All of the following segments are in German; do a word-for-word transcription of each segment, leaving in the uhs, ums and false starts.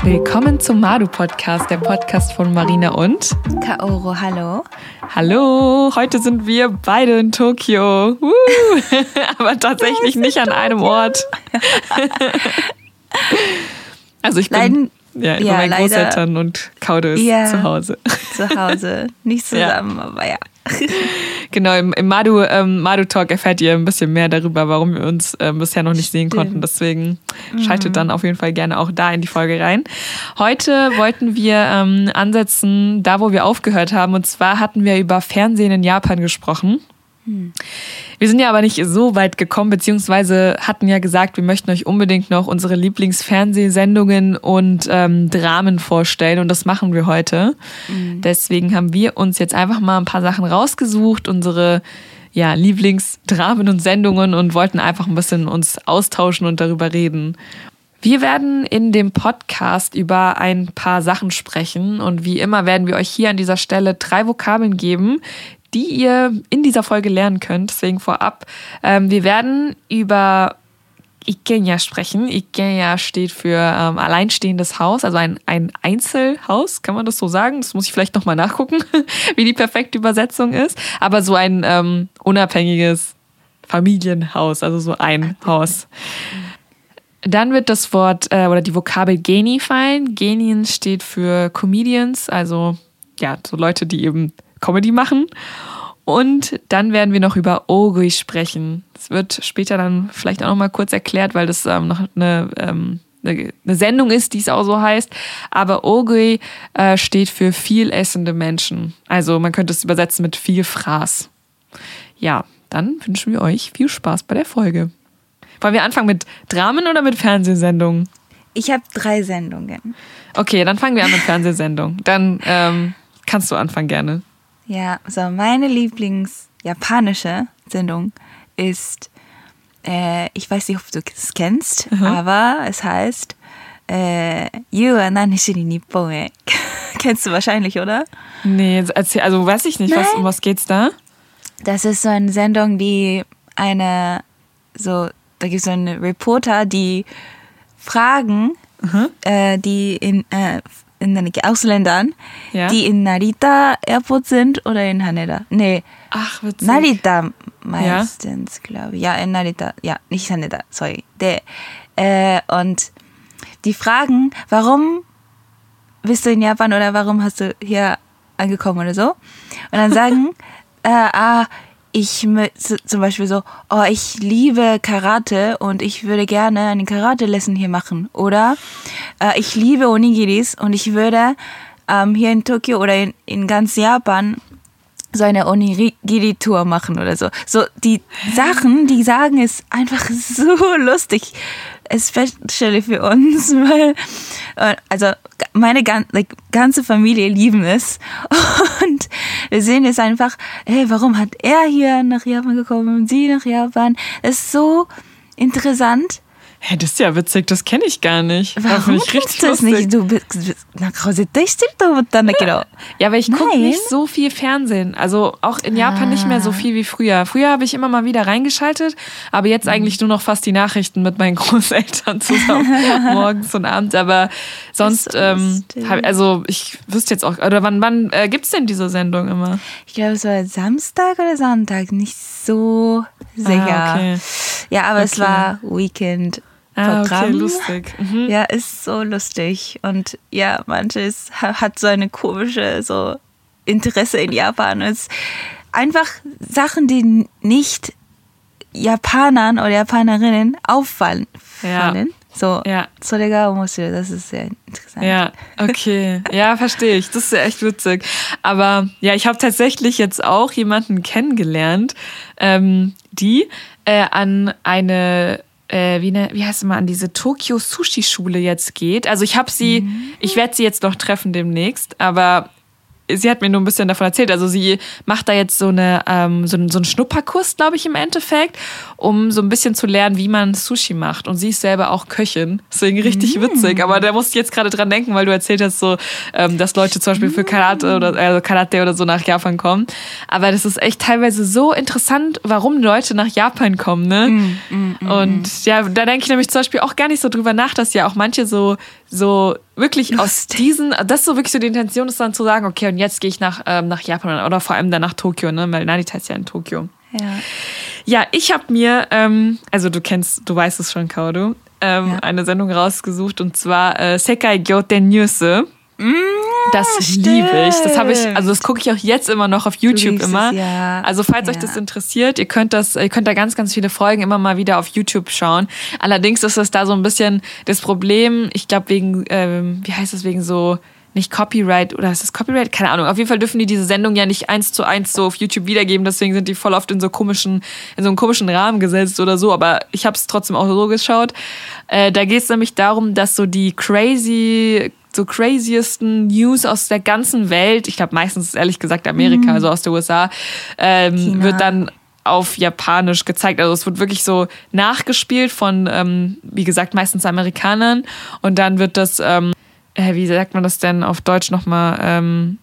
Willkommen zum Madu-Podcast, der Podcast von Marina und Kaoru, hallo. Hallo, heute sind wir beide in Tokio. Uh, aber tatsächlich ja, nicht an Tokio. einem Ort. Also ich bin Leiden, ja, bei ja, meinen leider, Großeltern und Kaude ist ja, zu Hause. Zu Hause, nicht zusammen, ja. aber ja. Genau, im, im Madu, ähm, Madu-Talk erfährt ihr ein bisschen mehr darüber, warum wir uns ähm, bisher noch nicht sehen konnten. Deswegen schaltet mhm. dann auf jeden Fall gerne auch da in die Folge rein. Heute wollten wir ähm, ansetzen, da wo wir aufgehört haben. Und zwar hatten wir über Fernsehen in Japan gesprochen. Mhm. Wir sind ja aber nicht so weit gekommen, beziehungsweise hatten ja gesagt, wir möchten euch unbedingt noch unsere Lieblingsfernsehsendungen und ähm, Dramen vorstellen. Und das machen wir heute. Mhm. Deswegen haben wir uns jetzt einfach mal ein paar Sachen rausgesucht, unsere ja, Lieblingsdramen und Sendungen, und wollten einfach ein bisschen uns austauschen und darüber reden. Wir werden in dem Podcast über ein paar Sachen sprechen. Und wie immer werden wir euch hier an dieser Stelle drei Vokabeln geben, die ihr in dieser Folge lernen könnt. Deswegen vorab, ähm, wir werden über Ikenya sprechen. Ikenya steht für ähm, alleinstehendes Haus, also ein, ein Einzelhaus, kann man das so sagen? Das muss ich vielleicht nochmal nachgucken, wie die perfekte Übersetzung ist. Aber so ein ähm, unabhängiges Familienhaus, also so ein Haus. Dann wird das Wort äh, oder die Vokabel Geni fallen. Genien steht für Comedians, also ja, so Leute, die eben Comedy machen. Und dann werden wir noch über Ogui sprechen. Es wird später dann vielleicht auch noch mal kurz erklärt, weil das ähm, noch eine, ähm, eine, eine Sendung ist, die es auch so heißt. Aber Ogui äh, steht für viel essende Menschen. Also man könnte es übersetzen mit viel Fraß. Ja, dann wünschen wir euch viel Spaß bei der Folge. Wollen wir anfangen mit Dramen oder mit Fernsehsendungen? Ich habe drei Sendungen. Okay, dann fangen wir an mit Fernsehsendungen. Dann ähm, kannst du anfangen gerne. Ja, so meine Lieblings-japanische Sendung ist, äh, ich weiß nicht, ob du es kennst, mhm. aber es heißt äh, You wa nani shiri Nippon e. Kennst du wahrscheinlich, oder? Nee, erzähl, also weiß ich nicht, was, um was geht's da? Das ist so eine Sendung, die eine, so, da gibt es so einen Reporter, die Fragen, mhm. äh, die in, äh, in den Ausländern, ja. die in Narita Airport sind oder in Haneda. Nee. Ach, witzig. Narita meistens, ja? glaube ich. Ja, in Narita. Ja, nicht Haneda, sorry. De, äh, und die fragen, warum bist du in Japan oder warum hast du hier angekommen oder so? Und dann sagen, äh, ah, ich zum Beispiel so, oh, ich liebe Karate und ich würde gerne eine Karate-Lesson hier machen. Oder äh, ich liebe Onigiris und ich würde ähm, hier in Tokio oder in, in ganz Japan so eine Onigiri-Tour machen oder so. So die Sachen, die sagen, ist einfach so lustig. Especially für uns, weil also meine ganze Familie lieben es und wir sehen es einfach, hey, warum hat er hier nach Japan gekommen und sie nach Japan? Das ist so interessant. Hey, das ist ja witzig, das kenne ich gar nicht. Warum ich kennst du das nicht? Du bist Ja, aber ich gucke nicht so viel Fernsehen. Also auch in Japan ah. nicht mehr so viel wie früher. Früher habe ich immer mal wieder reingeschaltet, aber jetzt mhm. eigentlich nur noch fast die Nachrichten mit meinen Großeltern zusammen, morgens und abends. Aber sonst, so ähm, hab, also ich wüsste jetzt auch, oder wann, wann äh, gibt es denn diese Sendung immer? Ich glaube, es war Samstag oder Sonntag, nicht so sicher. Ah, okay. Ja, aber okay. es war Weekend. Ah, Programm. Okay, lustig. Mhm. Ja, ist so lustig. Und ja, manches hat so eine komische so Interesse in Japan. Es ist einfach Sachen, die nicht Japanern oder Japanerinnen auffallen. Ja. So, ja. das ist sehr interessant. Ja, okay. Ja, verstehe ich. Das ist ja echt witzig. Aber ja, ich habe tatsächlich jetzt auch jemanden kennengelernt, ähm, die äh, an eine Äh, wie, ne, wie heißt es mal, an diese Tokyo Sushi Schule jetzt geht. Also ich habe sie, mhm. ich werde sie jetzt noch treffen demnächst, aber sie hat mir nur ein bisschen davon erzählt. Also sie macht da jetzt so, eine, ähm, so, einen, so einen Schnupperkurs, glaube ich, im Endeffekt, um so ein bisschen zu lernen, wie man Sushi macht. Und sie ist selber auch Köchin. Deswegen richtig mm. witzig. Aber da musste ich jetzt gerade dran denken, weil du erzählt hast, so, ähm, dass Leute zum Beispiel für Karate oder, also Karate oder so nach Japan kommen. Aber das ist echt teilweise so interessant, warum Leute nach Japan kommen. Ne? Mm, mm, mm, Und ja, da denke ich nämlich zum Beispiel auch gar nicht so drüber nach, dass ja auch manche so so wirklich Lustig. aus diesen, das ist so wirklich so die Intention ist dann zu sagen, okay, und jetzt gehe ich nach, ähm, nach Japan oder vor allem dann nach Tokio, ne, weil Narita ist ja in Tokio. Ja, ja ich habe mir, ähm, also du kennst, du weißt es schon, Kaoru, ähm, ja. eine Sendung rausgesucht und zwar äh, Sekai Gyoten News. Mm, das stimmt. liebe ich. Das habe ich, also das gucke ich auch jetzt immer noch auf YouTube immer. Es, ja. Also falls ja. euch das interessiert, ihr könnt das, ihr könnt da ganz, ganz viele Folgen immer mal wieder auf YouTube schauen. Allerdings ist es da so ein bisschen das Problem, ich glaube wegen, ähm, wie heißt das, wegen so, nicht Copyright, oder ist das Copyright? Keine Ahnung. Auf jeden Fall dürfen die diese Sendung ja nicht eins zu eins so auf YouTube wiedergeben, deswegen sind die voll oft in so komischen, in so einem komischen Rahmen gesetzt oder so, aber ich habe es trotzdem auch so geschaut. Äh, da geht es nämlich darum, dass so die crazy so craziesten News aus der ganzen Welt, ich glaube meistens ehrlich gesagt Amerika, mhm. also aus der U S A, ähm, wird dann auf Japanisch gezeigt. Also es wird wirklich so nachgespielt von, ähm, wie gesagt, meistens Amerikanern und dann wird das, ähm, äh, wie sagt man das denn auf Deutsch nochmal, ähm,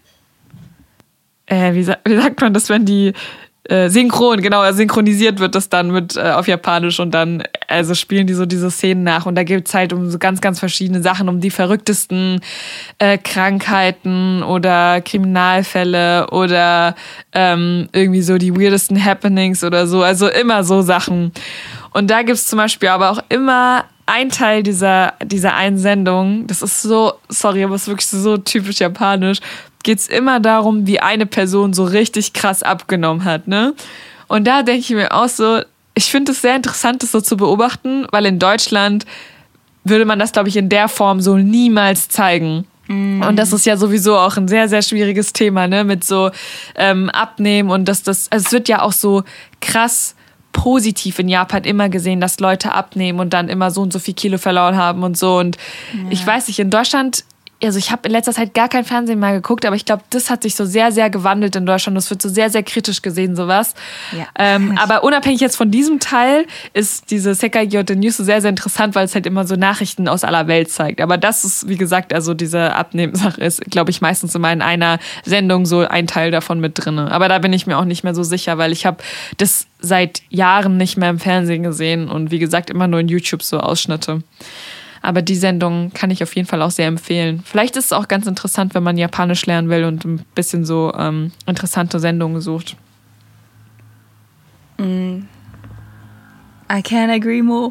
äh, wie, sa- wie sagt man das, wenn die Äh, synchron, genau, synchronisiert wird das dann mit äh, auf Japanisch und dann also spielen die so diese Szenen nach und da geht es halt um so ganz, ganz verschiedene Sachen, um die verrücktesten äh, Krankheiten oder Kriminalfälle oder ähm, irgendwie so die weirdesten Happenings oder so, also immer so Sachen. Und da gibt es zum Beispiel aber auch immer ein Teil dieser, dieser einen Sendung, das ist so, sorry, aber es ist wirklich so typisch japanisch, geht es immer darum, wie eine Person so richtig krass abgenommen hat, ne? Und da denke ich mir auch so, ich finde es sehr interessant, das so zu beobachten, weil in Deutschland würde man das, glaube ich, in der Form so niemals zeigen. Mm. Und das ist ja sowieso auch ein sehr, sehr schwieriges Thema, ne? Mit so ähm, Abnehmen und dass das, also es wird ja auch so krass positiv in Japan immer gesehen, dass Leute abnehmen und dann immer so und so viel Kilo verloren haben und so. Und ja. ich weiß nicht, in Deutschland, also ich habe in letzter Zeit gar kein Fernsehen mehr geguckt, aber ich glaube, das hat sich so sehr, sehr gewandelt in Deutschland. Das wird so sehr, sehr kritisch gesehen, sowas. Ja. Ähm, aber unabhängig jetzt von diesem Teil ist diese Sekai Gyoten News so sehr, sehr interessant, weil es halt immer so Nachrichten aus aller Welt zeigt. Aber das ist, wie gesagt, also diese Abnehmsache ist, glaube ich, meistens immer in einer Sendung so ein Teil davon mit drin. Aber da bin ich mir auch nicht mehr so sicher, weil ich habe das seit Jahren nicht mehr im Fernsehen gesehen und wie gesagt, immer nur in YouTube so Ausschnitte. Aber die Sendung kann ich auf jeden Fall auch sehr empfehlen. Vielleicht ist es auch ganz interessant, wenn man Japanisch lernen will und ein bisschen so ähm, interessante Sendungen sucht. Mm. I can't agree more.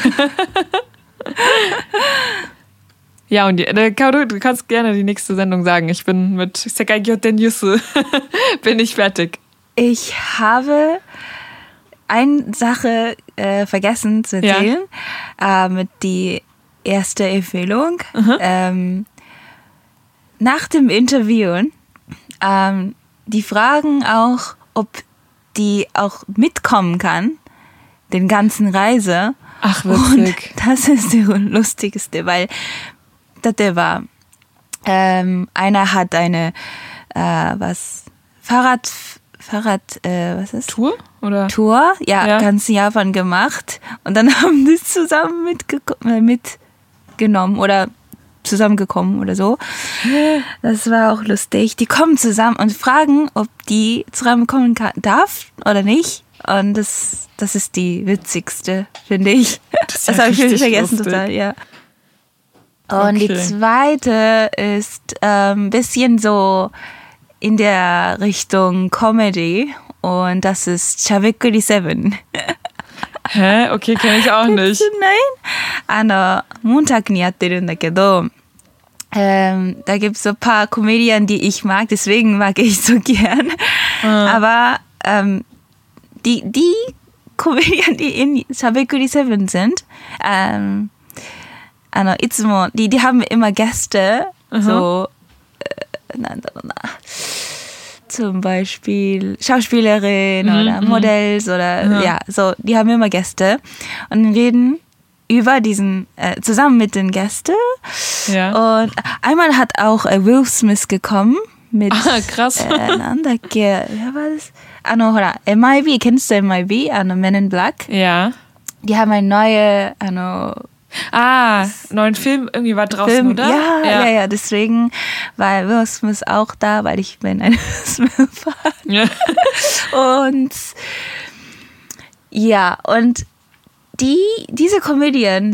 Ja, und die, Kaoru, du kannst gerne die nächste Sendung sagen. Ich bin mit Sekai Gyoten News bin ich fertig. Ich habe eine Sache äh, vergessen zu erzählen. Ja. Äh, mit die erste Empfehlung. Mhm. Ähm, nach dem Interviewen, ähm, die fragen auch, ob die auch mitkommen kann, den ganzen Reise. Ach, witzig. Und das ist das Lustigste, weil das war, ähm, einer hat eine, äh, was, Fahrrad, Fahrrad, äh, was ist? Tour? Oder? Tour, ja, ja, ganz Japan gemacht. Und dann haben die zusammen mitgeko- mitgenommen oder zusammengekommen oder so. Das war auch lustig. Die kommen zusammen und fragen, ob die zusammenkommen kann, darf oder nicht. Und das, das ist die witzigste, finde ich. Das, das ja habe ich wirklich vergessen lustig. Total, ja. Und okay. Die zweite ist ein ähm, bisschen so in der Richtung Comedy und das ist Chabekuri Seven. Hä? Okay, kenne ich auch nicht. Nein? あの、Montagにやってるんだけど、ähm, da gibt es so ein paar Comedian, die ich mag, deswegen mag ich so gern. Ah. Aber ähm, die, die Comedian, die in Chabekuri Seven sind, ähm, あの、いつも、die, die haben immer Gäste, uh-huh. so, äh, なんだろうな。Zum Beispiel Schauspielerin mhm, oder Modells oder ja. ja, so, die haben immer Gäste und reden über diesen, äh, zusammen mit den Gästen. Ja. Und einmal hat auch äh, Will Smith gekommen mit, ah, krass. Äh, なんだっけ, wer war das? あの、ほら、M I B, kennst du M I B? あの、Men in Black? Ja. Die haben eine neue, あの, Ah, neuen Film irgendwie war draußen, Film, oder? Ja, ja, ja, ja, deswegen war Will Smith auch da, weil ich bin ein Smith-Fan. Ja. Und ja, und die, diese Comedian sind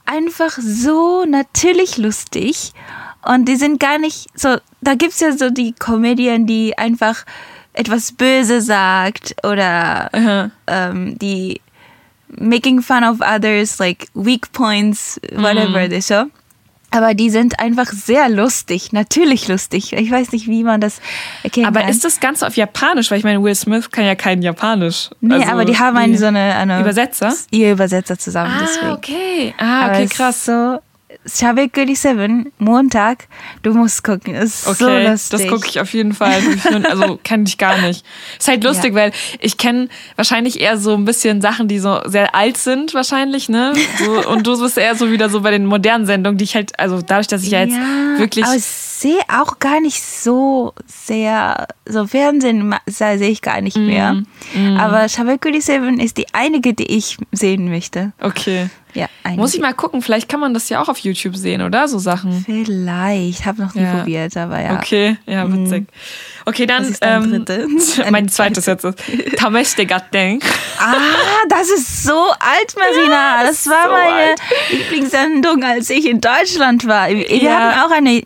einfach so natürlich lustig und die sind gar nicht so, da gibt es ja so die Comedian, die einfach etwas Böse sagt oder uh-huh. ähm, die making fun of others, like weak points, whatever, mm. so. Aber die sind einfach sehr lustig, natürlich lustig. Ich weiß nicht, wie man das erkennen aber kann. Aber ist das Ganze auf Japanisch? Weil ich meine, Will Smith kann ja kein Japanisch. Nee, also aber die haben eine, so eine, eine... Übersetzer? Ihr Übersetzer zusammen, ah, deswegen. okay. Ah, okay, krass. So, Shabekuri Seven, Montag, du musst gucken. Es ist okay, so lustig. Das gucke ich auf jeden Fall. Also kenne ich gar nicht. Ist halt lustig, ja. weil ich kenne wahrscheinlich eher so ein bisschen Sachen, die so sehr alt sind wahrscheinlich, ne? So, und du bist eher so wieder so bei den modernen Sendungen, die ich halt, also dadurch, dass ich ja jetzt ja, wirklich... Aber ich sehe auch gar nicht so sehr, so Fernsehen sehe ich gar nicht mehr. Mm, mm. Aber Shabekuri Seven ist die einige, die ich sehen möchte. Okay. Ja, muss ich mal gucken, vielleicht kann man das ja auch auf YouTube sehen, oder? So Sachen. Vielleicht, habe noch nie ja. probiert, aber ja. Okay, ja, witzig. Okay, dann Was ist dein ähm, mein zweites jetzt ist Tameshite Gatten. Ah, das ist so alt, Marina. Das war so meine alt. Lieblingssendung, als ich in Deutschland war. Wir ja. hatten auch eine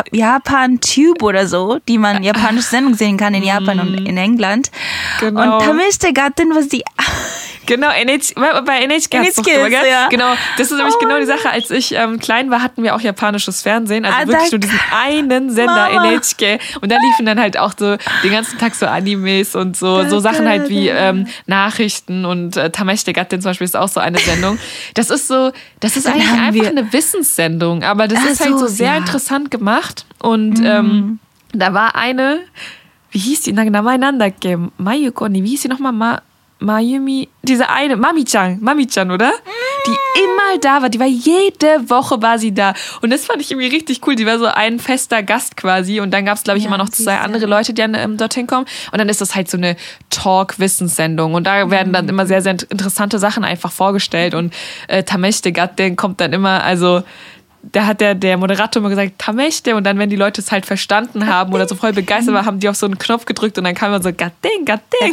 Japan-Tube oder so, die man japanische Sendung sehen kann in Japan mm. und in England. Genau. Und Tameshite Gatten war die... Genau, N H, bei N H K hast du doch drüber, ja. Genau, das ist nämlich oh, genau die Sache. Als ich ähm, klein war, hatten wir auch japanisches Fernsehen. Also ah, wirklich nur diesen einen Sender Mama. N H K. Und da liefen dann halt auch so den ganzen Tag so Animes und so, so Sachen halt wie ähm, Nachrichten und äh, Tameshite Gatten zum Beispiel ist auch so eine Sendung. Das ist so, das ist eigentlich einfach eine Wissenssendung, aber das Ach ist halt so, so sehr ja. interessant gemacht. Und mm. ähm, da war eine, wie hieß die? Nameinander-Ge, Mayuko, nee, wie hieß die nochmal? Ma Mayumi, diese eine, Mami-chan, Mami-chan, oder? Die immer da war, die war jede Woche war sie da. Und das fand ich irgendwie richtig cool. Die war so ein fester Gast quasi. Und dann gab es, glaube ich, ja, immer noch zwei andere Leute, die dann ähm, dorthin kommen. Und dann ist das halt so eine Talk-Wissenssendung. Und da werden dann immer sehr, sehr interessante Sachen einfach vorgestellt. Und äh, Tameshite Gatten kommt dann immer, also... Da hat der, der Moderator immer gesagt, Tameshite, und dann, wenn die Leute es halt verstanden haben oder so voll begeistert waren, haben die auf so einen Knopf gedrückt und dann kam immer so Gatten, Gatten.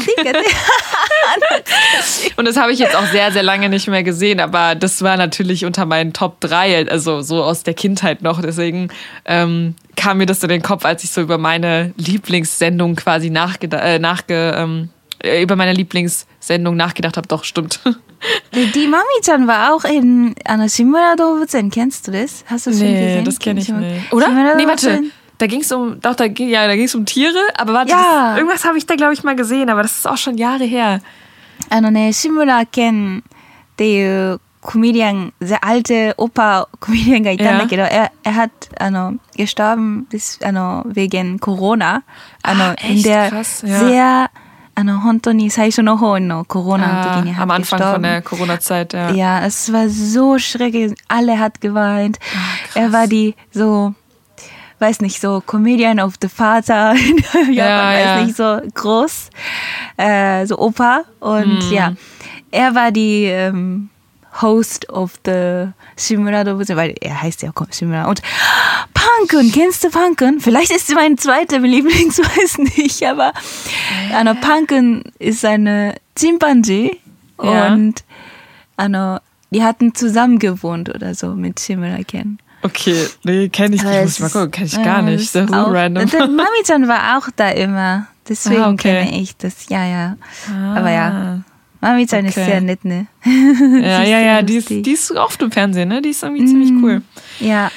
Und das habe ich jetzt auch sehr, sehr lange nicht mehr gesehen, aber das war natürlich unter meinen Top drei, also so aus der Kindheit noch, deswegen ähm, kam mir das in den Kopf, als ich so über meine Lieblingssendung quasi nachge- äh, nachge, ähm, über meine Lieblingssendung nachgedacht habe. Doch, stimmt. Die Mami-chan war auch in Shimura Doubutsen. Kennst du das? Hast du das nee, schon gesehen? Nee, das kenne ich nicht. Oder? Nee, warte. Da ging es um, doch, da ging ja, da ging es um Tiere, aber warte, ja. das, irgendwas habe ich da, glaube ich, mal gesehen, aber das ist auch schon Jahre her. あのね、志村けんっていうコメディアン、sehr alte Opa-Comedian がいたんだけど、ja. er, er hat, あの、gestorben bis, あの、wegen Corona. あの、 Ach, in der krass, ja. sehr, あの、本当に最初の方の Corona の時に ah, am Anfang gestorben. von der Corona-Zeit, ja. Ja, es war so schrecklich. Alle hat geweint. Ach, er war die so, weiß nicht, so Comedian of the Vater in Japan, ja, weiß ja. nicht, so groß, äh, so Opa. Und hm. ja, er war die ähm, Host of the Shimura Doubutsen, weil er heißt ja Shimura. Und Punkun, kennst du Punkun? Vielleicht ist sie mein zweiter Lieblings, weiß nicht, aber ja. ano, Punkun ist eine Chimpanzee ja. und ano, die hatten zusammen gewohnt oder so mit Shimura Ken. Okay, nee, kenne ich nicht, muss ich mal gucken, kenne ich gar nicht, das ist so random. Mami-chan war auch da immer, deswegen ah, okay. kenne ich das, ja, ja, ah. aber ja. Mami-chan okay. ist sehr nett, ne? Ja, ja, ja, die ist, die ist oft im Fernsehen, ne? Die ist irgendwie mm, ziemlich cool. Ja.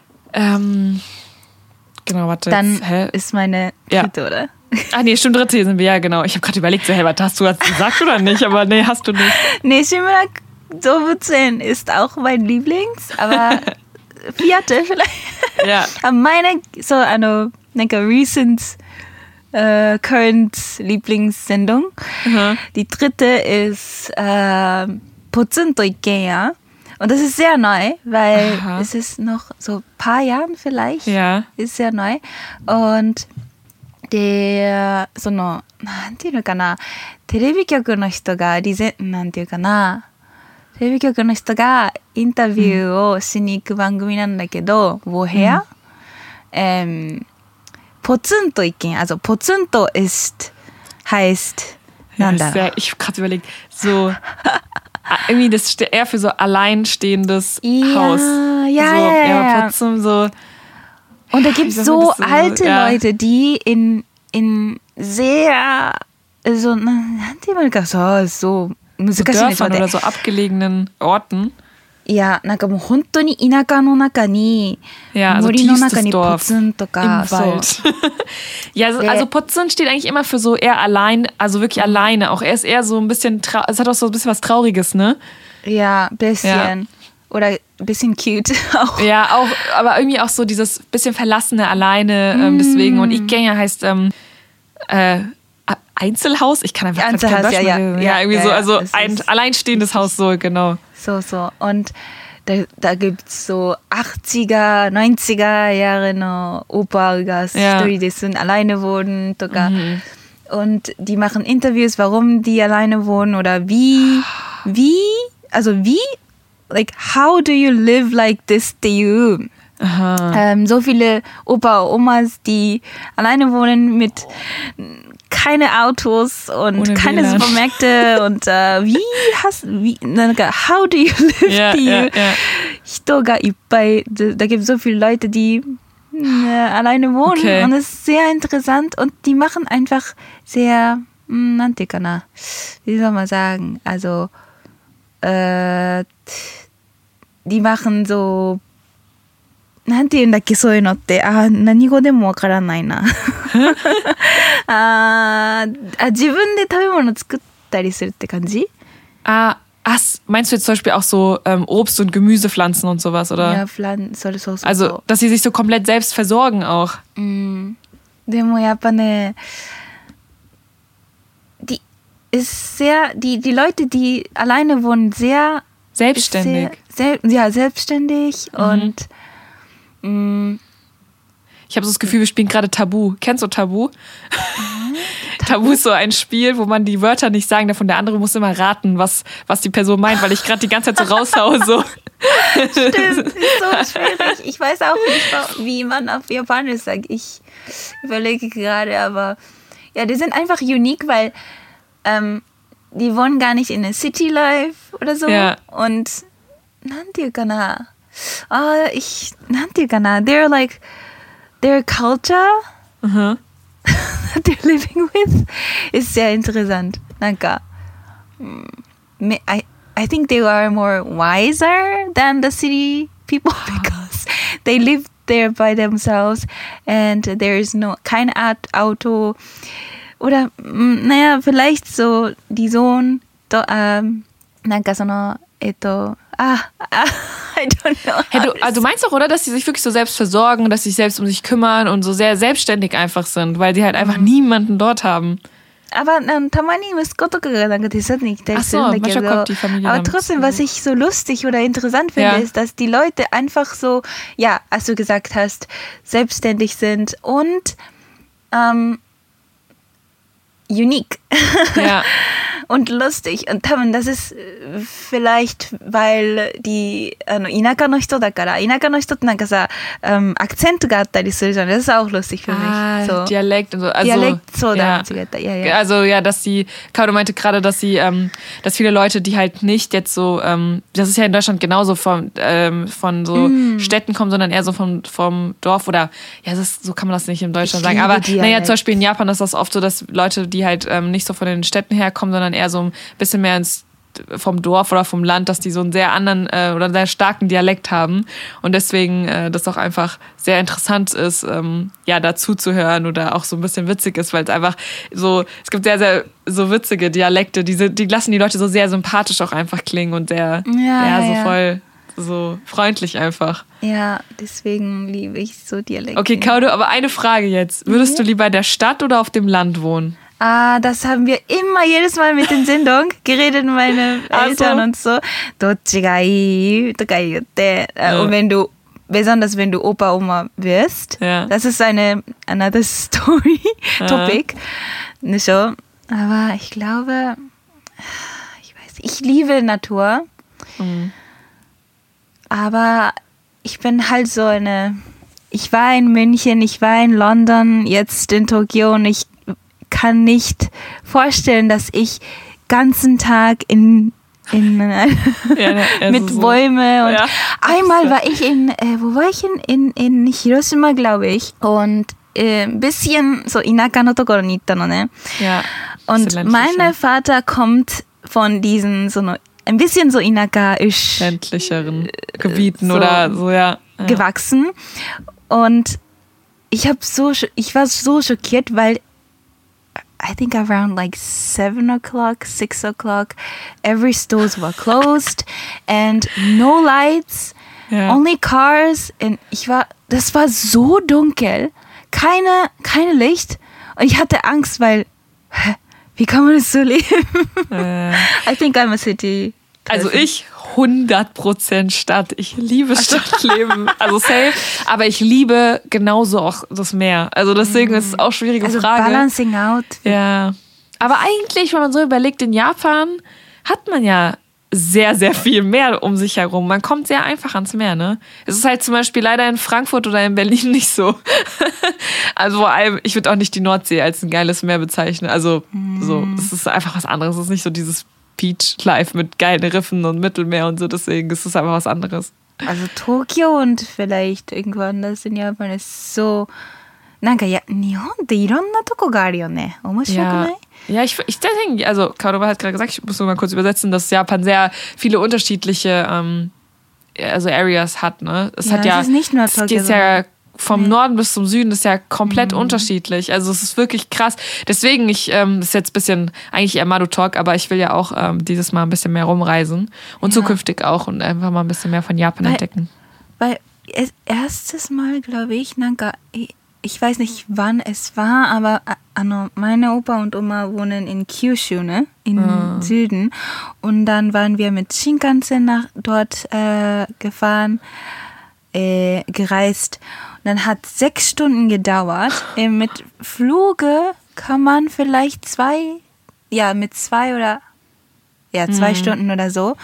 Ähm, genau, warte. Dann jetzt, hä? ist meine dritte, ja. oder? Ah, nee, stimmt, dritte sind wir, ja, genau. Ich habe gerade überlegt, so, hey, was hast du das gesagt oder nicht? Aber nee, hast du nicht. Nee, Shimura Doubutsen ist auch mein Lieblings, aber vierte vielleicht. Ja. Aber meine, so, ano, like a recent Uh, current Lieblingssendung. Uh-huh. Die dritte ist uh, Potzun to Ikea. Und das ist sehr neu, weil Aha. es ist noch so ein paar Jahren vielleicht. Ja. Ist sehr neu. Und der, その、なんていうのかな、テレビ局の人がリゼ、なんていうかな、テレビ局の人がインタビューをしに行く番組なんだけど、woher? うん Potzun to Ikea, also Potzun to ist, heißt, ja, sehr, ich habe gerade überlegt, so, irgendwie das ste- eher für so alleinstehendes Ja, Haus. ja, so, ja, ja, aber ja. trotzdem so. Und da gibt Wie es soll man so das so- alte ja. Leute, die in, in sehr, so, na, なんて言うか、そう、そう難しい So んです Dörfern よ oder ね。 so abgelegenen Orten. いや、なんかもう本当に田舎の中に、 Ja, also 森の中 tiefstes にポ Dorf ツンと im か、そう。 Wald. ja, also, Der- also Potzun steht eigentlich immer für so eher allein, also wirklich alleine. Auch er ist eher so ein bisschen, trau- es hat auch so ein bisschen was Trauriges, ne? いや、bisschen. Ja. Oder ein bisschen cute auch. Ja, auch, aber irgendwie auch so dieses bisschen verlassene alleine, ähm, deswegen. Und Ikea heißt ähm, äh, Einzelhaus. Ich kann einfach kein Einzelhaus, Deutsch ja, mehr ja. reden. Ja, ja, irgendwie ja, so, ja. also Es ein ist alleinstehendes Haus, so, genau. So, so. Und da, da gibt es so achtziger, neunziger JahreのOpaが一人で住ん、alleine wohnen とか。Und die machen Interviews, warum die alleine wohnen oder wie, wie, also wie, like, how do you live like this っていう、 Aha. ähm, so viele Opa, Omas, die alleine wohnen mit keine Autos und Ohne keine W L A N. Supermärkte und äh, wie hast wieなんか how do you live ja, っていう ja, ja. 人がいっぱいda, da gibt es so viele Leute, die äh, alleine wohnen Okay. und es ist sehr interessant und die machen einfach sehr, hm, なんていうかな wie soll man sagen, also äh, die machen so なんて言うんだっけそういうのってあー何語でもわからないなあーあ自分で食べ物作ったりするって感じ Ah, ach, meinst du jetzt zum Beispiel auch so ähm, Obst- und Gemüsepflanzen und sowas, oder? いやフランそれそうそうそう Also, dass sie sich so komplett selbst versorgen auch. うんでもやっぱね die ist sehr die die Leute die alleine wohnen sehr Selbstständig. sehr, sehr ja selbstständig und mh, Ich habe so das Gefühl, wir spielen gerade Tabu. Kennst du Tabu? Tabu ist so ein Spiel, wo man die Wörter nicht sagen darf und der andere muss immer raten, was, was die Person meint, weil ich gerade die ganze Zeit so raushaue. So. Stimmt, ist so schwierig. Ich weiß auch nicht, wie man auf Japanisch sagt. Ich überlege gerade, aber ja, die sind einfach unique, weil ähm, die wohnen gar nicht in der City Life oder so. Ja. Und nante kana? Ah, ich nante kana? They're like their culture Mhm. that they're living with ist sehr interessant. Nanka, I I think they are more wiser than the city people because they live there by themselves and there is no kein Art Auto oder mm, naja vielleicht so die Sohn do, ähm, なんかそのえっと ah, ah I don't know. Hey, du, also du meinst doch, oder, dass sie sich wirklich so selbst versorgen, dass sie sich selbst um sich kümmern und so sehr selbstständig einfach sind, weil sie halt einfach niemanden dort haben. Aber ähm, たまに息子とかがなんか手伝ってきたりするんだけ Ach so, ど manchmal kommt die Familie aber dann trotzdem, zu. was ich so lustig oder interessant finde, Ja. ist, dass die Leute einfach so, ja, als du gesagt hast, selbstständig sind und ähm, unique Ja. und lustig. Und Tamen, das ist äh, vielleicht, weil die あの田舎の人だから、田舎の人ってなんかさ、ähm, アクセントがあったりするじゃん。Das ist auch lustig für Ah, mich. So. Dialekt und so. Also, Dialekt, so, da ja. hat sie gesagt, ja, ja. Also ja, dass die, Kaudo meinte gerade, dass sie, ähm, dass viele Leute, die halt nicht jetzt so, ähm, das ist ja in Deutschland genauso von, ähm, von so Mm. Städten kommen, sondern eher so vom, vom Dorf oder, ja, das ist, so kann man das nicht in Deutschland Ich sagen. liebe Aber Dialekt. naja, zum Beispiel in Japan ist das oft so, dass Leute, die halt ähm, nicht so von den Städten herkommen, sondern eher so ein bisschen mehr ins vom Dorf oder vom Land, dass die so einen sehr anderen äh, oder einen sehr starken Dialekt haben und deswegen äh, das auch einfach sehr interessant ist, ähm, ja, dazu zu hören oder auch so ein bisschen witzig ist, weil es einfach so, es gibt sehr, sehr so witzige Dialekte, die, sind, die lassen die Leute so sehr sympathisch auch einfach klingen und sehr, Ja, ja, so ja. voll, so freundlich einfach. Ja, deswegen liebe ich so Dialekte. Okay, Kaudo, aber eine Frage jetzt. Würdest du lieber in der Stadt oder auf dem Land wohnen? Ah, das haben wir immer jedes Mal mit den Sendungen geredet, meine Ach so. Eltern und so. どっちがいいとか言って、äh, Ja. und wenn du, besonders wenn du Opa, Oma wirst, Ja. das ist eine another story Ja. topic. Ne, so. Aber ich glaube, ich weiß, ich liebe Natur, Mhm. aber ich bin halt so eine, ich war in München, ich war in London, jetzt in Tokio und ich kann nicht vorstellen, dass ich ganzen Tag in In, äh, ja, ne, mit so Bäumen. Und ja. Einmal war ich in, äh, wo war ich in, in, in Hiroshima, glaube ich. Und ein äh, bisschen so Inaka no Tokoro ni itta no ne. Ja. Und mein Vater kommt von diesen so no, ein bisschen so Inaka-isch ländlicheren Gebieten so oder so, ja. ja. gewachsen. Und ich habe so, ich war so schockiert, weil I think around like seven o'clock, six o'clock, every stores were closed and no lights, ja. only cars. Und ich war, das war so dunkel, keine, keine Licht. Und ich hatte Angst, weil, hä, wie kann man das so leben? Äh. I think I'm a city person. Also ich hundert Prozent Stadt. Ich liebe Stadtleben. Also safe. Aber ich liebe genauso auch das Meer. Also deswegen mm. ist es auch eine schwierige also Frage. Balancing out. Ja. Aber eigentlich, wenn man so überlegt, in Japan hat man ja sehr, sehr viel Meer um sich herum. Man kommt sehr einfach ans Meer, ne? Es ist halt zum Beispiel leider in Frankfurt oder in Berlin nicht so. Also vor allem, ich würde auch nicht die Nordsee als ein geiles Meer bezeichnen. Also mm. so, es ist einfach was anderes. Es ist nicht so dieses Beach Life mit geilen Riffen und Mittelmeer und so, deswegen ist es einfach was anderes. Also Tokio und vielleicht irgendwann das in Japan ist so, nanka ja, Nihonっていろんなとこがあるよね。面白くない? Ja, ich, ich denke, also Kaoruba hat gerade gesagt, ich muss nur mal kurz übersetzen, dass Japan sehr viele unterschiedliche ähm, also Areas hat, ne? Es ja, hat ja, es ist nicht nur Tokio, es ist ja vom nee. Norden bis zum Süden ist ja komplett mhm. unterschiedlich. Also es ist wirklich krass. Deswegen, ich, ähm, das ist jetzt ein bisschen eigentlich eher Mado-Talk, aber ich will ja auch ähm, dieses Mal ein bisschen mehr rumreisen und ja. zukünftig auch und einfach mal ein bisschen mehr von Japan weil, entdecken. Weil erstes Mal, glaube ich, nanka, ich weiß nicht wann es war, aber ano, meine Opa und Oma wohnen in Kyushu, ne? In mhm. Süden. Und dann waren wir mit Shinkansen nach dort äh, gefahren, äh, gereist. Dann hat sechs Stunden gedauert. Mit Fluge kann man vielleicht zwei, ja, mit zwei oder, ja, zwei mhm. Stunden oder so.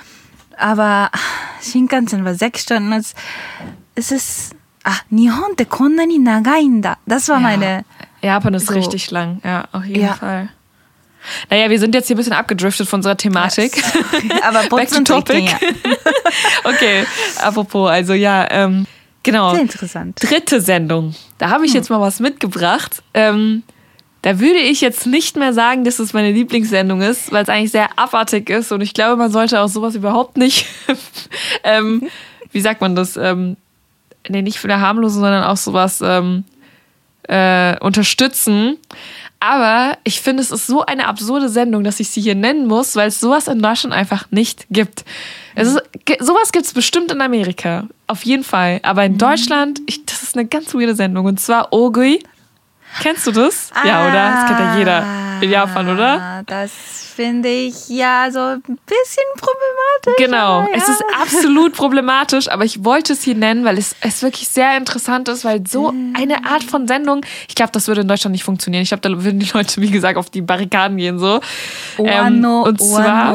Aber Shinkansen war sechs Stunden. Es, es ist, ach, Nihon te konna ni nagai n da. Das war ja. meine. Japan ist so. Richtig lang, ja, auf jeden ja. Fall. Naja, wir sind jetzt hier ein bisschen abgedriftet von unserer Thematik. Yes. Aber back to topic. Ja. Okay, apropos, also ja, ähm, genau. Sehr interessant. Dritte Sendung. Da habe ich jetzt mal was mitgebracht. Ähm, da würde ich jetzt nicht mehr sagen, dass es meine Lieblingssendung ist, weil es eigentlich sehr abartig ist. Und ich glaube, man sollte auch sowas überhaupt nicht, ähm, wie sagt man das, ähm, nee, nicht für harmlosen, sondern auch sowas ähm, äh, unterstützen. Aber ich finde, es ist so eine absurde Sendung, dass ich sie hier nennen muss, weil es sowas in Deutschland einfach nicht gibt. Es ist, sowas gibt es bestimmt in Amerika, auf jeden Fall. Aber in Deutschland, ich, das ist eine ganz weirde Sendung. Und zwar Ogui. Kennst du das? Ah, ja, oder? Das kennt ja jeder in Japan, oder? Das finde ich ja so ein bisschen problematisch. Genau, ja. Es ist absolut problematisch, aber ich wollte es hier nennen, weil es, es wirklich sehr interessant ist, weil so eine Art von Sendung, ich glaube, das würde in Deutschland nicht funktionieren. Ich glaube, da würden die Leute, wie gesagt, auf die Barrikaden gehen. So. Ähm, und zwar,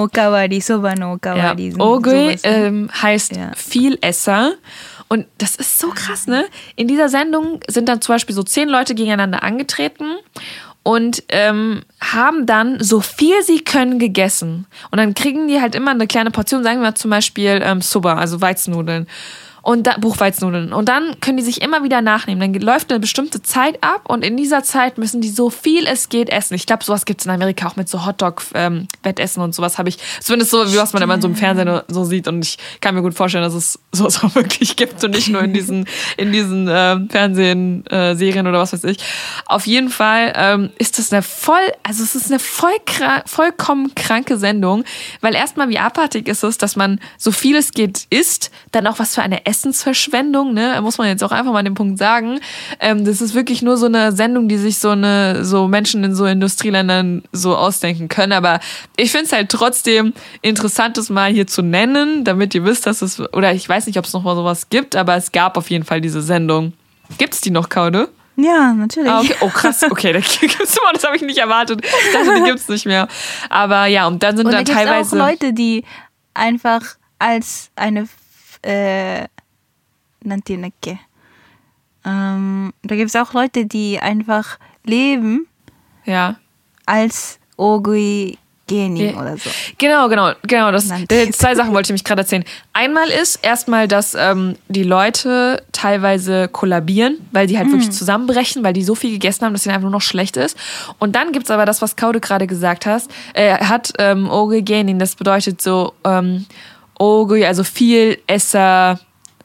ja, Ogui ähm, heißt ja. Vielesser. Und das ist so krass, ne? In dieser Sendung sind dann zum Beispiel so zehn Leute gegeneinander angetreten und ähm, haben dann so viel sie können gegessen. Und dann kriegen die halt immer eine kleine Portion, sagen wir mal zum Beispiel ähm, Soba, also Weizennudeln. Und da, Buchweizennudeln. Und dann können die sich immer wieder nachnehmen. Dann läuft eine bestimmte Zeit ab und in dieser Zeit müssen die so viel es geht essen. Ich glaube, sowas gibt es in Amerika auch mit so Hotdog-Wettessen ähm, und sowas habe ich. Zumindest so, wie was man immer so im Fernsehen so sieht. Und ich kann mir gut vorstellen, dass es sowas auch wirklich gibt und nicht nur in diesen, in diesen äh, Fernsehen, äh, Serien oder was weiß ich. Auf jeden Fall ähm, ist das eine voll, also es ist eine voll, vollkommen kranke Sendung, weil erstmal wie abartig ist es, dass man so viel es geht isst, dann auch was für eine Essensverschwendung, ne, muss man jetzt auch einfach mal den Punkt sagen. Ähm, das ist wirklich nur so eine Sendung, die sich so eine, so Menschen in so Industrieländern so ausdenken können. Aber ich finde es halt trotzdem interessant, das mal hier zu nennen, damit ihr wisst, dass es, oder ich weiß nicht, ob es noch mal sowas gibt, aber es gab auf jeden Fall diese Sendung. Gibt es die noch, Kaude? Ja, natürlich. Ah, okay. Oh, krass. Okay, da gibt's mal, das habe ich nicht erwartet. Ich dachte, die gibt's nicht mehr. Aber ja, und dann sind und da da teilweise auch Leute, die einfach als eine äh, ähm, da gibt es auch Leute, die einfach leben ja. als Ogui Genin ja. oder so. Genau, genau, genau. Das, das, zwei Sachen wollte ich mich gerade erzählen. Einmal ist erstmal, dass ähm, die Leute teilweise kollabieren, weil die halt mm. wirklich zusammenbrechen, weil die so viel gegessen haben, dass ihnen einfach nur noch schlecht ist. Und dann gibt es aber das, was Kaude gerade gesagt hast, äh, hat ähm, Oge Genin, das bedeutet so ähm, Oge, also viel Esser.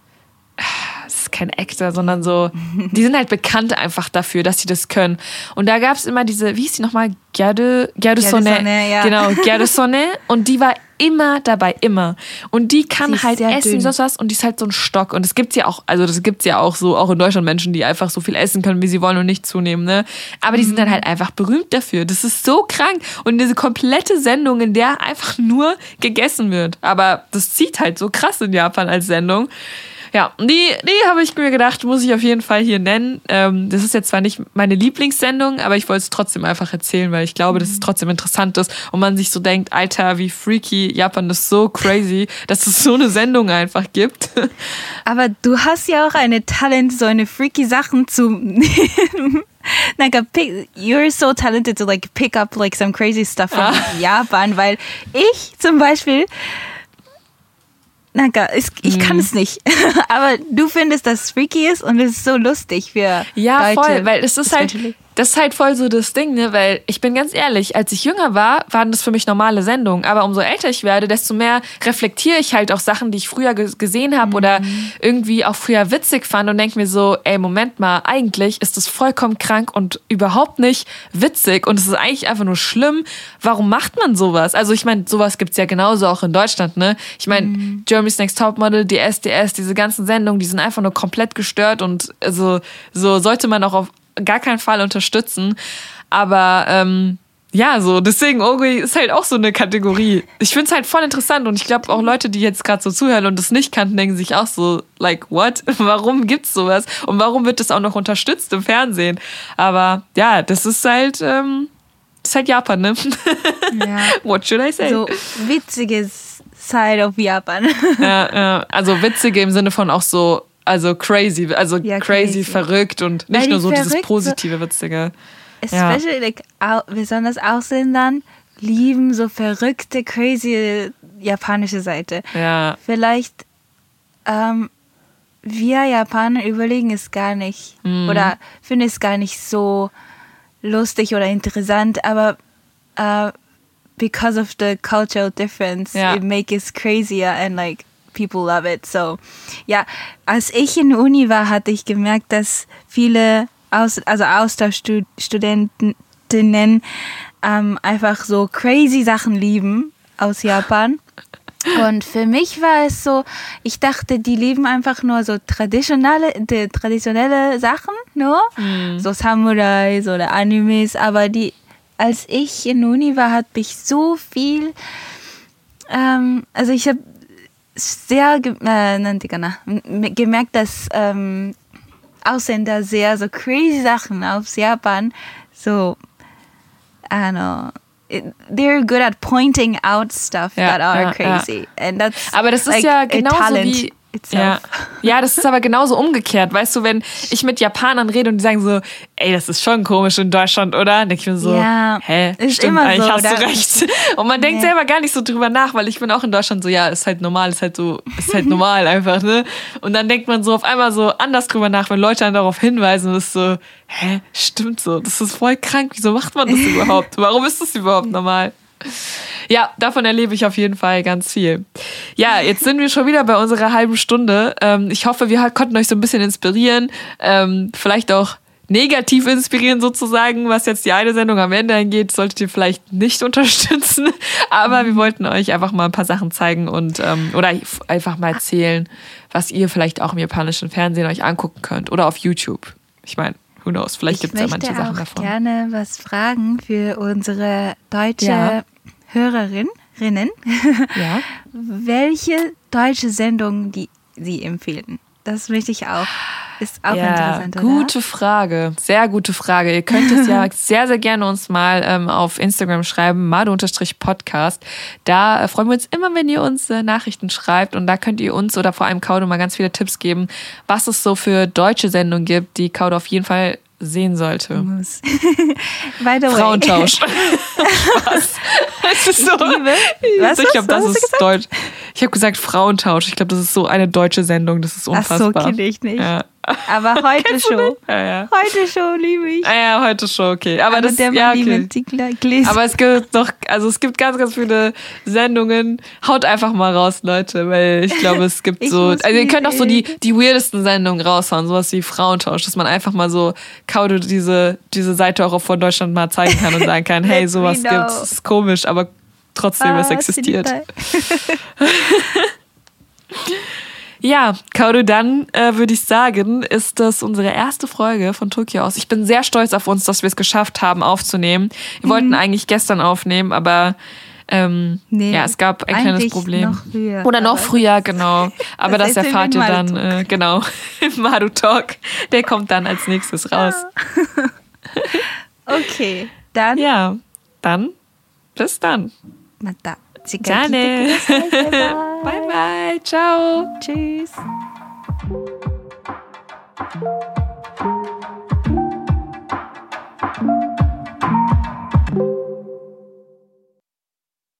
Das ist kein Actor, sondern so, die sind halt bekannt einfach dafür, dass sie das können. Und da gab es immer diese, wie hieß die nochmal? Gerde, Gerde Sonne. Ja. Genau, Gerde Sonne. Und die war immer dabei, immer. Und die kann die halt essen wie sonst was und die ist halt so ein Stock. Und das gibt's ja auch, also das gibt's ja auch so, auch in Deutschland Menschen, die einfach so viel essen können, wie sie wollen und nicht zunehmen, ne? Aber die mhm. sind dann halt einfach berühmt dafür. Das ist so krank. Und diese komplette Sendung, in der einfach nur gegessen wird. Aber das zieht halt so krass in Japan als Sendung. Ja, die, die habe ich mir gedacht, muss ich auf jeden Fall hier nennen. Ähm, das ist jetzt zwar nicht meine Lieblingssendung, aber ich wollte es trotzdem einfach erzählen, weil ich glaube, dass es trotzdem interessant ist und man sich so denkt, Alter, wie freaky, Japan ist so crazy, dass es so eine Sendung einfach gibt. Aber du hast ja auch eine Talent, so eine freaky Sachen zu... Like a pick, you're so talented to like pick up like some crazy stuff from ah. Japan, weil ich zum Beispiel... Nanka, ich kann es nicht. Aber du findest, dass es freaky ist und es ist so lustig für ja, Leute. Ja, voll, weil es ist halt, das ist halt voll so das Ding, ne? Weil ich bin ganz ehrlich, als ich jünger war, waren das für mich normale Sendungen. Aber umso älter ich werde, desto mehr reflektiere ich halt auch Sachen, die ich früher ge- gesehen habe mhm. oder irgendwie auch früher witzig fand und denke mir so, ey, Moment mal, eigentlich ist das vollkommen krank und überhaupt nicht witzig und es ist eigentlich einfach nur schlimm. Warum macht man sowas? Also ich meine, sowas gibt's ja genauso auch in Deutschland, ne? Ich meine, mhm. Germany's Next Topmodel, D S D S, diese ganzen Sendungen, die sind einfach nur komplett gestört und also so sollte man auch auf gar keinen Fall unterstützen. Aber ähm, ja, so deswegen Ogi ist halt auch so eine Kategorie. Ich finde es halt voll interessant und ich glaube auch Leute, die jetzt gerade so zuhören und das nicht kannten, denken sich auch so, like, what? Warum gibt's sowas? Und warum wird das auch noch unterstützt im Fernsehen? Aber ja, das ist halt, ähm, das ist halt Japan, ne? Ja. What should I say? So witziges Side of Japan. Ja, ja, also witzige im Sinne von auch so, also crazy, also ja, crazy, crazy, verrückt und nicht Weil nur so dieses positive, witzige. Especially ja. like, besonders Ausländern lieben so verrückte, crazy japanische Seite. Ja. Vielleicht ähm, wir Japaner überlegen es gar nicht mhm. oder finden es gar nicht so lustig oder interessant, aber uh, because of the cultural difference, ja. it makes it crazier and like people love it. So, ja, als ich in der Uni war, hatte ich gemerkt, dass viele Aus, also Austauschstudentinnen ähm, einfach so crazy Sachen lieben aus Japan. Und für mich war es so, ich dachte, die lieben einfach nur so traditionelle, die traditionelle Sachen, nur mm. so Samurais oder Animes, aber die, als ich in der Uni war, hat mich so viel, ähm, also ich habe sehr äh, gemerkt, dass ähm, Ausländer sehr so crazy Sachen aus Japan so, I don't know, they're good at pointing out stuff ja, that are ja, crazy. Ja. And that's aber das ist like ja genauso wie Ja. ja, das ist aber genauso umgekehrt. Weißt du, wenn ich mit Japanern rede und die sagen so, ey, das ist schon komisch in Deutschland, oder? Dann denke ich mir so, ja, hä, ist stimmt, immer eigentlich so, hast du recht. Und man denkt ja. selber gar nicht so drüber nach, weil ich bin auch in Deutschland so, ja, ist halt normal, ist halt so, ist halt normal einfach, ne? Und dann denkt man so auf einmal so anders drüber nach, wenn Leute dann darauf hinweisen und es ist so, hä, stimmt so, das ist voll krank, wieso macht man das überhaupt? Warum ist das überhaupt normal? Ja, davon erlebe ich auf jeden Fall ganz viel. Ja, jetzt sind wir schon wieder bei unserer halben Stunde. Ähm, ich hoffe, wir konnten euch so ein bisschen inspirieren, ähm, vielleicht auch negativ inspirieren sozusagen, was jetzt die eine Sendung am Ende angeht, solltet ihr vielleicht nicht unterstützen, aber wir wollten euch einfach mal ein paar Sachen zeigen und ähm, oder einfach mal erzählen, was ihr vielleicht auch im japanischen Fernsehen euch angucken könnt oder auf YouTube. Ich meine, who knows, vielleicht gibt es ja manche Sachen davon. Ich möchte auch gerne was fragen für unsere deutsche ja. Hörerinnen. Ja. Welche deutsche Sendung die sie empfehlen? Das möchte ich auch. Ist auch ja, interessant, oder? Gute Frage. Sehr gute Frage. Ihr könnt es ja sehr, sehr gerne uns mal ähm, auf Instagram schreiben, mado-podcast. Da äh, freuen wir uns immer, wenn ihr uns äh, Nachrichten schreibt. Und da könnt ihr uns oder vor allem Kaudo mal ganz viele Tipps geben, was es so für deutsche Sendungen gibt, die Kaudo auf jeden Fall sehen sollte. Muss. By the way. Frauentausch. Spaß. Das ist so, ich liebe. Was, ich glaube, das was ist deutsch. Ich habe gesagt Frauentausch. Ich glaube, das ist so eine deutsche Sendung. Das ist unfassbar. Ach so, kenne ich nicht. Ja. Aber heute schon. Ja, ja. Heute schon, liebe ich. Ah, ja, heute schon, okay. Aber, Aber das, der Mann, ja, die okay. mit die Gläser. Aber es gibt noch, also es gibt ganz, ganz viele Sendungen. Haut einfach mal raus, Leute, weil ich glaube, es gibt Ich so, muss also ihr könnt auch so die, wieder- die weirdesten Sendungen raushauen, sowas wie Frauentausch, dass man einfach mal so Kaudo diese, diese Seite auch von Deutschland mal zeigen kann und sagen kann, hey, Let sowas me know. gibt's, es ist komisch, aber trotzdem, Ah, es existiert. Sinita. Ja, Kaudo, dann äh, würde ich sagen, ist das unsere erste Folge von Tokio aus. Ich bin sehr stolz auf uns, dass wir es geschafft haben aufzunehmen. Wir Mhm. wollten eigentlich gestern aufnehmen, aber ähm, Nee, ja, es gab ein kleines eigentlich Problem. noch früher, Oder noch aber früher, genau. Aber das, das erzählen erfahrt wir ihr in dann, äh, genau, im Maru Talk. Der kommt dann als nächstes raus. Okay, dann. Ja, dann bis dann. Mata. Jane. Bye Bye, bye. Ciao. Tschüss. Thank you.